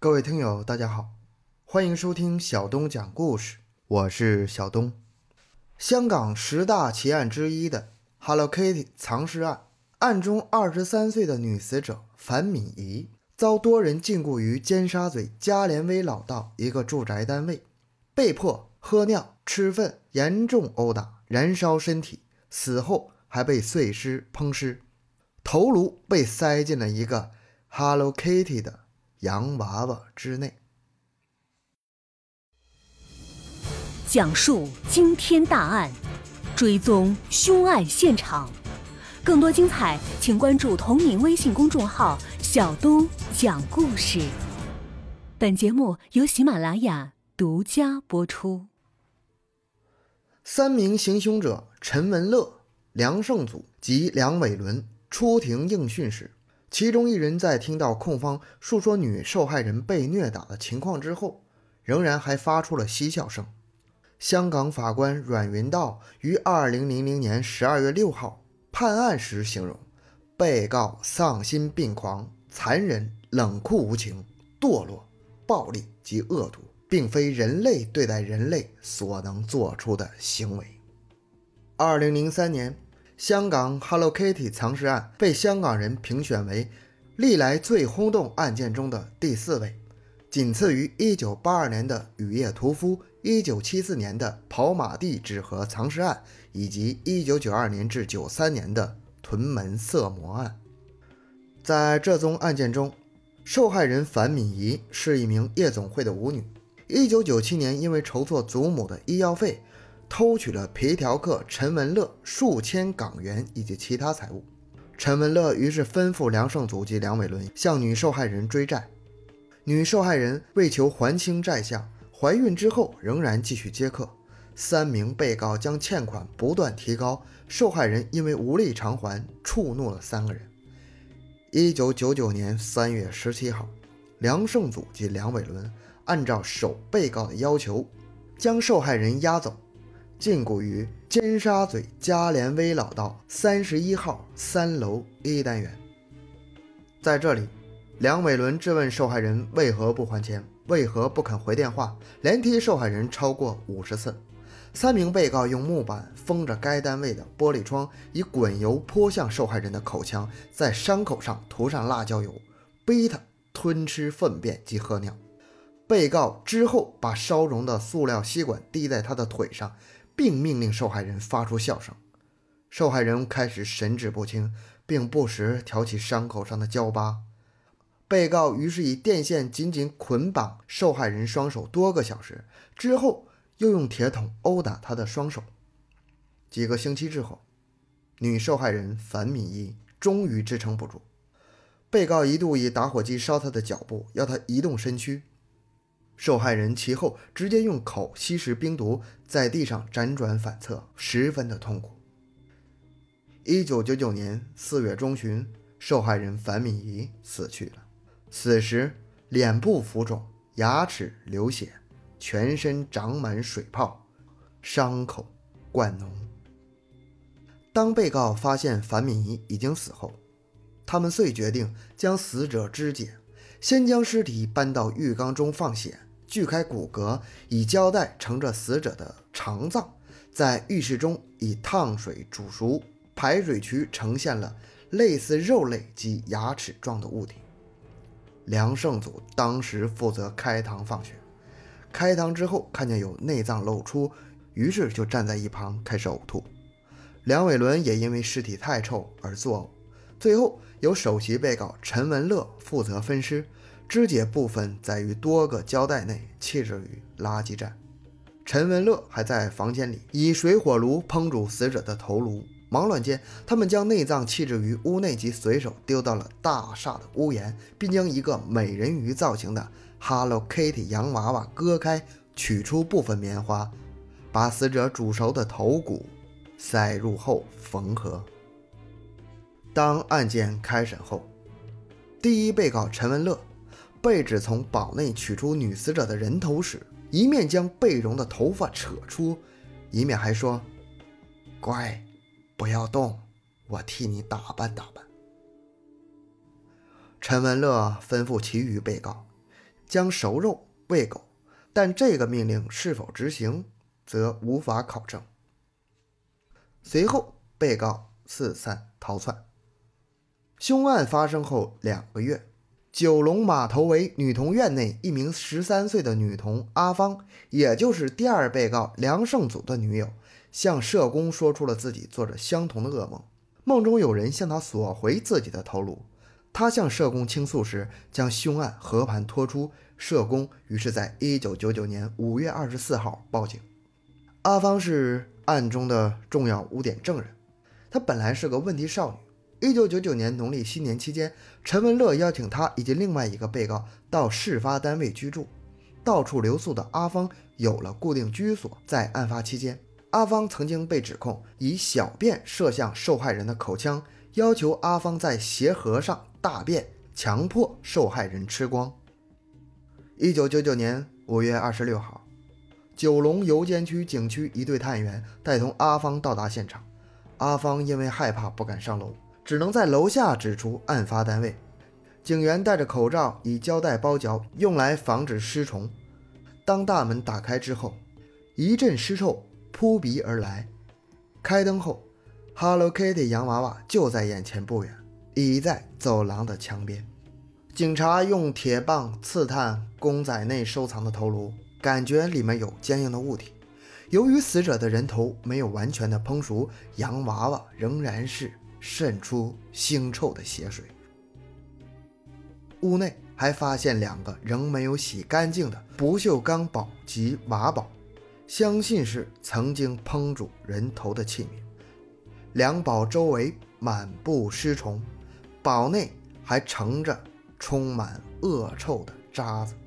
各位听友大家好，欢迎收听小东讲故事，我是小东。香港10大奇案之一的 Hello Kitty 藏尸案，案中23岁的女死者樊敏仪遭多人禁锢于尖沙咀加连威老道一个住宅单位，被迫喝尿、吃粪，严重殴打、燃烧身体，死后还被碎尸烹尸，头颅被塞进了一个 Hello Kitty 的洋娃娃之内。 讲述惊天大案，追踪凶案现场，更多精彩请关注同名微信公众号小东讲故事。本节目由喜马拉雅独家播出。 3名行凶者陈文乐、梁胜祖及梁伟伦出庭应讯时，其中一人在听到控方述说女受害人被虐打的情况之后，仍然还发出了嬉笑声。香港法官阮云道于2000年12月6号判案时形容，被告丧心病狂、残忍、冷酷无情、堕落、暴力及恶毒，并非人类对待人类所能做出的行为。2003年，香港 Hello Kitty 藏尸案被香港人评选为历来最轰动案件中的第4位，仅次于1982年的雨夜屠夫、1974年的跑马地纸盒藏尸案，以及1992年至93年的屯门色魔案。在这宗案件中，受害人樊敏仪是一名夜总会的舞女。1997年因为筹措祖母的医药费，偷取了皮条客陈文乐数千港元以及其他财物。陈文乐于是吩咐梁胜祖及梁伟伦向女受害人追债。女受害人为求还清债项，怀孕之后仍然继续接客。3名被告将欠款不断提高，受害人因为无力偿还，触怒了3个人。1999年3月17号，梁胜祖及梁伟伦按照首被告的要求，将受害人押走，禁锢于尖沙咀加连威老道31号3楼1单元。在这里，梁伟伦质问受害人为何不还钱，为何不肯回电话，连踢受害人超过50次。3名被告用木板封着该单位的玻璃窗，以滚油泼向受害人的口腔，在伤口上涂上辣椒油，逼他吞吃粪便及喝尿。被告之后把烧融的塑料吸管滴在他的腿上，并命令受害人发出笑声。受害人开始神志不清，并不时挑起伤口上的焦疤。被告于是以电线紧紧捆绑受害人双手多个小时，之后又用铁桶殴打她的双手。几个星期之后，女受害人樊敏仪终于支撑不住，被告一度以打火机烧她的脚部，要她移动身躯。受害人其后直接用口吸食冰毒，在地上辗转反侧，十分的痛苦。1999年4月中旬，受害人樊敏仪死去了。死时脸部浮肿，牙齿流血，全身长满水泡，伤口灌脓。当被告发现樊敏仪已经死后，他们遂决定将死者肢解，先将尸体搬到浴缸中放血，锯开骨骼，以胶带盛着死者的肠脏，在浴室中以烫水煮熟，排水渠呈现了类似肉类及牙齿状的物体。梁胜祖当时负责开膛放血，开膛之后看见有内脏露出，于是就站在一旁开始呕吐。梁伟伦也因为尸体太臭而作呕。最后由首席被告陈文乐负责分尸，肢解部分在于多个胶带内弃置于垃圾站。陈文乐还在房间里以水火炉烹煮死者的头颅。忙乱间，他们将内脏弃置于屋内及随手丢到了大厦的屋檐，并将一个美人鱼造型的 Hello Kitty 洋娃娃割开，取出部分棉花，把死者煮熟的头骨塞入后缝合。当案件开审后，第一被告陈文乐被指从堡内取出女死者的人头时，一面将被容的头发扯出，一面还说：“乖，不要动，我替你打扮打扮。”陈文乐吩咐其余被告将熟肉喂狗，但这个命令是否执行，则无法考证。随后，被告四散逃窜。凶案发生后2个月，九龙码头围女童院内一名13岁的女童阿芳，也就是第2被告梁胜祖的女友，向社工说出了自己做着相同的噩梦，梦中有人向她索回自己的头颅。她向社工倾诉时，将凶案和盘托出，社工于是在1999年5月24号报警。阿芳是案中的重要污点证人，她本来是个问题少女。1999年农历新年期间，陈文乐邀请她以及另外一个被告到事发单位居住。到处留宿的阿芳有了固定居所。在案发期间，阿芳曾经被指控以小便射向受害人的口腔，要求阿芳在鞋盒上大便，强迫受害人吃光。1999年5月26号，九龙油尖区警区一队探员带同阿芳到达现场。阿芳因为害怕不敢上楼，只能在楼下指出案发单位。警员戴着口罩，以胶带包嚼，用来防止尸虫。当大门打开之后，一阵尸臭扑鼻而来。开灯后， Hello Kitty 洋娃娃就在眼前不远，倚在走廊的墙边。警察用铁棒刺探公仔内收藏的头颅，感觉里面有坚硬的物体。由于死者的人头没有完全的烹熟，洋娃娃仍然是渗出腥臭的血水。屋内还发现2个仍没有洗干净的不锈钢煲及瓦煲，相信是曾经烹煮人头的器皿。2煲周围满布尸虫，煲内还盛着充满恶臭的渣子。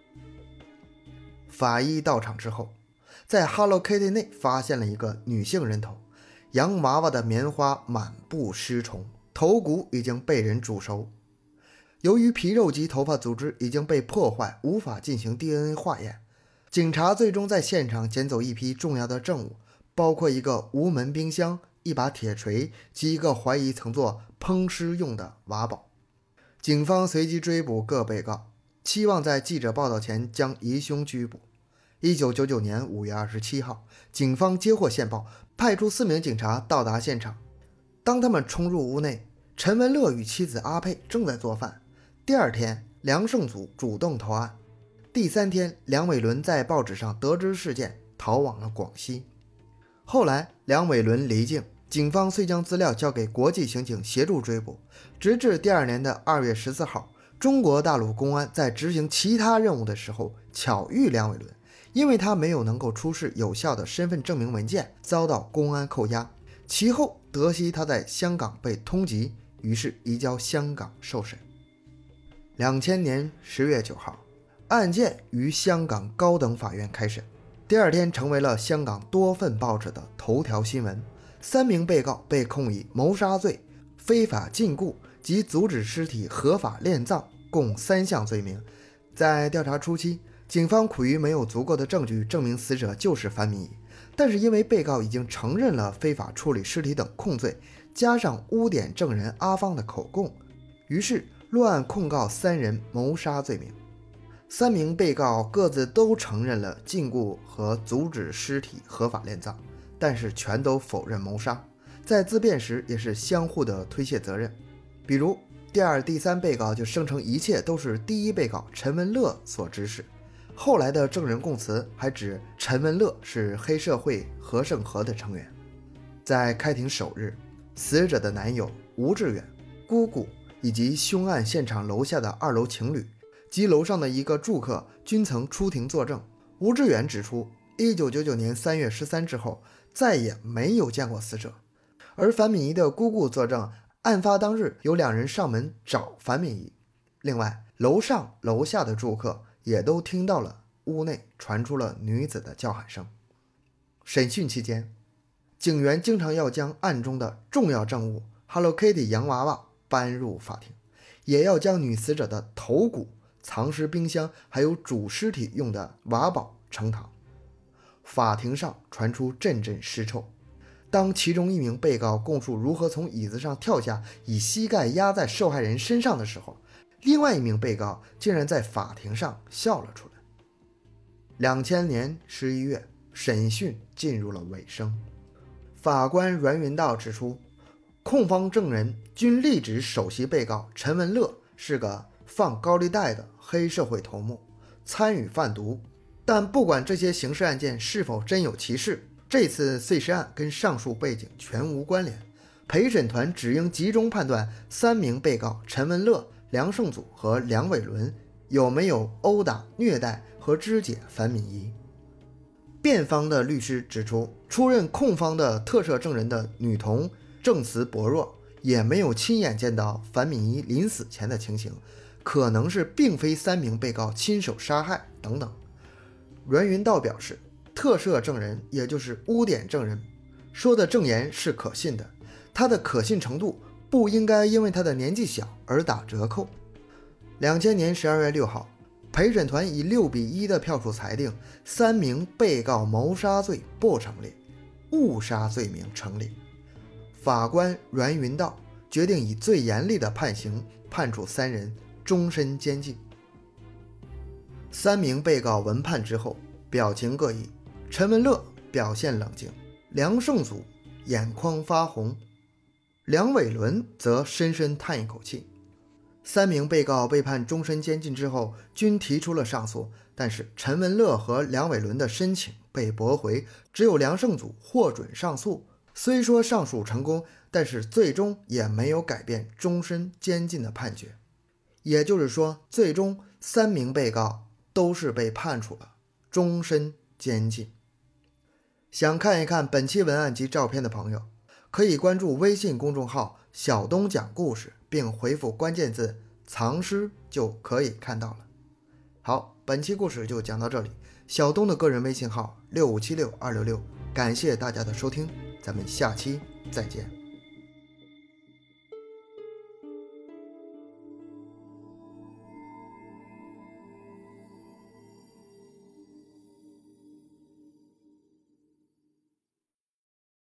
法医到场之后，在 Hello Kitty 内发现了一个女性人头，洋娃娃的棉花满布尸虫，头骨已经被人煮熟。由于皮肉及头发组织已经被破坏，无法进行 DNA 化验，警察最终在现场捡走一批重要的证物，包括一个无门冰箱、一把铁锤及一个怀疑曾做烹尸用的瓦煲。警方随即追捕各被告，期望在记者报道前将疑凶拘捕。1999年5月27号，警方接获线报，派出4名警察到达现场。当他们冲入屋内，陈文乐与妻子阿佩正在做饭。第2天，梁胜祖主动投案。第3天，梁伟伦在报纸上得知事件，逃往了广西。后来，梁伟伦离境，警方遂将资料交给国际刑警协助追捕。直至第2年的2月14号，中国大陆公安在执行其他任务的时候巧遇梁伟伦，因为他没有能够出示有效的身份证明文件，遭到公安扣押。其后得悉他在香港被通缉，于是移交香港受审。2000年10月9号，案件于香港高等法院开审。第2天成为了香港多份报纸的头条新闻。3名被告被控以谋杀罪、非法禁锢及阻止尸体合法殓葬，共3项罪名。在调查初期，警方苦于没有足够的证据证明死者就是樊民仪，但是因为被告已经承认了非法处理尸体等控罪，加上污点证人阿芳的口供，于是落案控告3人谋杀罪名。3名被告各自都承认了禁锢和阻止尸体合法殓葬，但是全都否认谋杀，在自辩时也是相互的推卸责任。比如第2、第3被告就声称一切都是第1被告陈文乐所指使，后来的证人供词还指陈文乐是黑社会何胜和的成员。在开庭首日，死者的男友吴志远、姑姑以及凶案现场楼下的2楼情侣及楼上的一个住客均曾出庭作证。吴志远指出，1999年3月13之后再也没有见过死者，而樊敏仪的姑姑作证，案发当日有2人上门找樊敏仪。另外，楼上楼下的住客也都听到了屋内传出了女子的叫喊声。审讯期间，警员经常要将案中的重要证物 Hello Kitty 洋娃娃搬入法庭，也要将女死者的头骨、藏尸冰箱还有煮尸体用的瓦煲呈堂。法庭上传出阵阵尸臭。当其中1名被告供述如何从椅子上跳下，以膝盖压在受害人身上的时候， 另外一名被告竟然在法庭上笑了出来。2000年11月，审讯进入了尾声。法官阮云道指出，控方证人均力指首席被告陈文乐是个放高利贷的黑社会头目，参与贩毒。但不管这些刑事案件是否真有其事，这次碎尸案跟上述背景全无关联。陪审团只应集中判断3名被告陈文乐、梁胜祖和梁伟伦有没有殴打、虐待和肢解樊敏仪。辩方的律师指出，出任控方的特赦证人的女童证词薄弱，也没有亲眼见到樊敏仪临死前的情形，可能是并非3名被告亲手杀害等等。阮云道表示，特赦证人也就是污点证人说的证言是可信的，他的可信程度不应该因为他的年纪小而打折扣。2000年12月6号，陪审团以6-1的票数裁定3名被告谋杀罪不成立，误杀罪名成立。法官阮云道决定以最严厉的判刑判处3人终身监禁。3名被告闻判之后表情各异，陈文乐表现冷静，梁胜祖眼眶发红，梁伟伦则深深叹一口气。3名被告被判终身监禁之后均提出了上诉，但是陈文乐和梁伟伦的申请被驳回，只有梁胜祖获准上诉。虽说上诉成功，但是最终也没有改变终身监禁的判决。也就是说，最终3名被告都是被判处了终身监禁。想看一看本期文案及照片的朋友，可以关注微信公众号小东讲故事，并回复关键字藏尸就可以看到了。好，本期故事就讲到这里。小东的个人微信号6576-266，感谢大家的收听，咱们下期再见。